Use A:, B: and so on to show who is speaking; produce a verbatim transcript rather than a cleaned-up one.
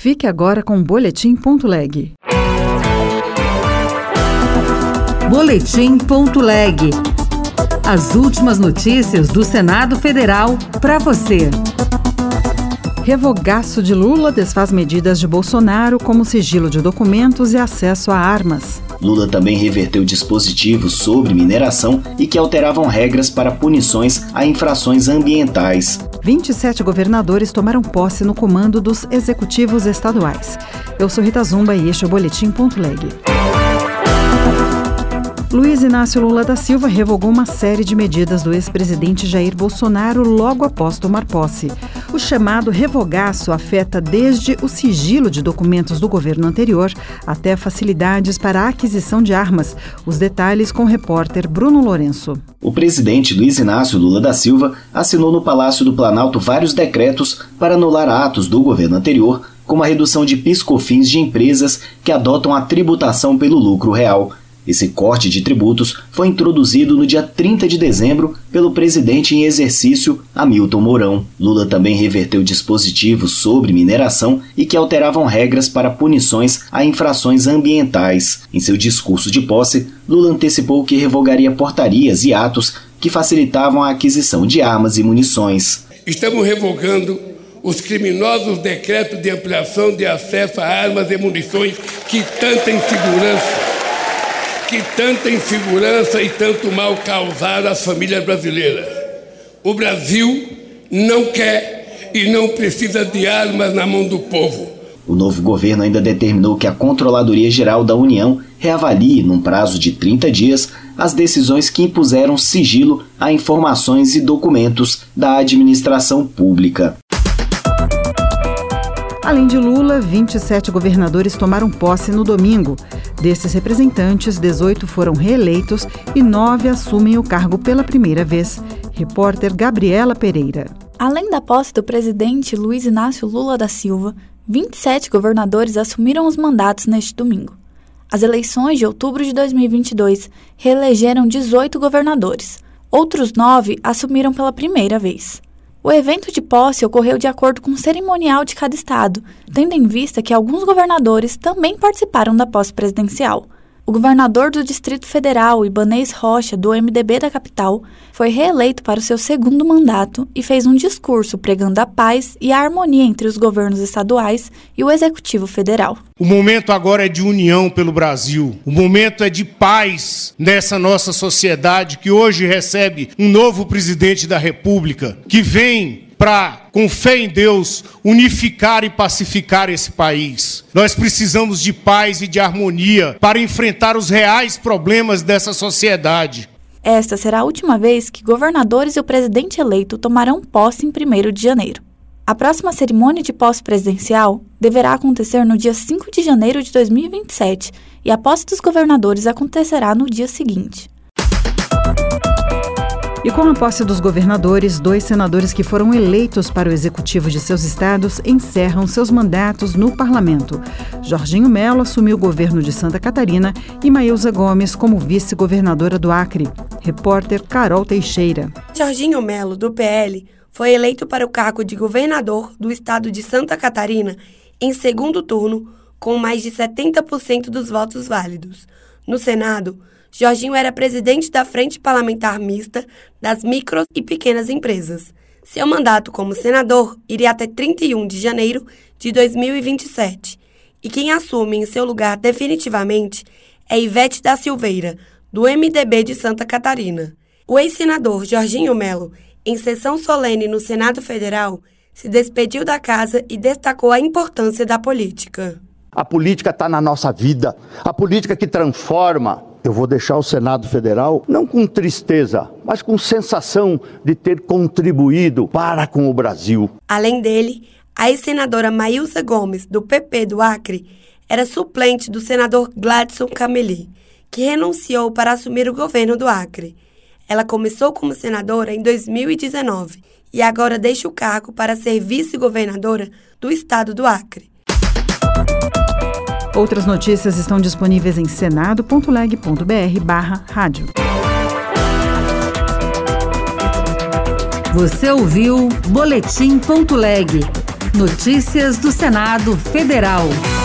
A: Fique agora com o Boletim ponto leg.
B: Boletim ponto leg. As últimas notícias do Senado Federal para você.
A: Revogaço de Lula desfaz medidas de Bolsonaro, como sigilo de documentos e acesso a armas.
C: Lula também reverteu dispositivos sobre mineração e que alteravam regras para punições a infrações ambientais.
A: vinte e sete governadores tomaram posse no comando dos executivos estaduais. Eu sou Rita Zumba e este é o Boletim ponto leg. Luiz Inácio Lula da Silva revogou uma série de medidas do ex-presidente Jair Bolsonaro logo após tomar posse. O chamado revogaço afeta desde o sigilo de documentos do governo anterior até facilidades para a aquisição de armas. Os detalhes com o repórter Bruno Lourenço.
C: O presidente Luiz Inácio Lula da Silva assinou no Palácio do Planalto vários decretos para anular atos do governo anterior, como a redução de PIS/COFINS de empresas que adotam a tributação pelo lucro real. Esse corte de tributos foi introduzido no dia trinta de dezembro pelo presidente em exercício, Hamilton Mourão. Lula também reverteu dispositivos sobre mineração e que alteravam regras para punições a infrações ambientais. Em seu discurso de posse, Lula antecipou que revogaria portarias e atos que facilitavam a aquisição de armas e munições.
D: Estamos revogando os criminosos decretos de ampliação de acesso a armas e munições que tanta insegurança que tanta insegurança e tanto mal causaram às famílias brasileiras. O Brasil não quer e não precisa de armas na mão do povo.
C: O novo governo ainda determinou que a Controladoria Geral da União reavalie, num prazo de trinta dias, as decisões que impuseram sigilo a informações e documentos da administração pública.
A: Além de Lula, vinte e sete governadores tomaram posse no domingo. Desses representantes, dezoito foram reeleitos e nove assumem o cargo pela primeira vez. Repórter Gabriela Pereira.
E: Além da posse do presidente Luiz Inácio Lula da Silva, vinte e sete governadores assumiram os mandatos neste domingo. As eleições de outubro de dois mil e vinte e dois reelegeram dezoito governadores. Outros nove assumiram pela primeira vez. O evento de posse ocorreu de acordo com o cerimonial de cada estado, tendo em vista que alguns governadores também participaram da posse presidencial. O governador do Distrito Federal, Ibanez Rocha, do M D B da capital, foi reeleito para o seu segundo mandato e fez um discurso pregando a paz e a harmonia entre os governos estaduais e o Executivo Federal.
F: O momento agora é de união pelo Brasil. O momento é de paz nessa nossa sociedade que hoje recebe um novo presidente da República, que vem para, com fé em Deus, unificar e pacificar esse país. Nós precisamos de paz e de harmonia para enfrentar os reais problemas dessa sociedade.
E: Esta será a última vez que governadores e o presidente eleito tomarão posse em primeiro de janeiro. A próxima cerimônia de posse presidencial deverá acontecer no dia cinco de janeiro de dois mil e vinte e sete e a posse dos governadores acontecerá no dia seguinte.
A: E com a posse dos governadores, dois senadores que foram eleitos para o executivo de seus estados encerram seus mandatos no parlamento. Jorginho Melo assumiu o governo de Santa Catarina e Maílza Gomes como vice-governadora do Acre. Repórter Carol Teixeira.
G: Jorginho Melo, do P L, foi eleito para o cargo de governador do estado de Santa Catarina em segundo turno, com mais de setenta por cento dos votos válidos. No Senado, Jorginho era presidente da Frente Parlamentar Mista das Micro e Pequenas Empresas. Seu mandato como senador iria até trinta e um de janeiro de dois mil e vinte e sete. E quem assume em seu lugar definitivamente é Ivete da Silveira, do M D B de Santa Catarina. O ex-senador Jorginho Melo, em sessão solene no Senado Federal, se despediu da casa e destacou a importância da política.
H: A política está na nossa vida, a política que transforma. Eu vou deixar o Senado Federal não com tristeza, mas com sensação de ter contribuído para com o Brasil.
G: Além dele, a ex-senadora Maílza Gomes, do P P do Acre, era suplente do senador Gladson Cameli, que renunciou para assumir o governo do Acre. Ela começou como senadora em dois mil e dezenove e agora deixa o cargo para ser vice-governadora do estado do Acre.
A: Outras notícias estão disponíveis em senado ponto leg ponto br barra rádio.
B: Você ouviu Boletim ponto leg. Notícias do Senado Federal.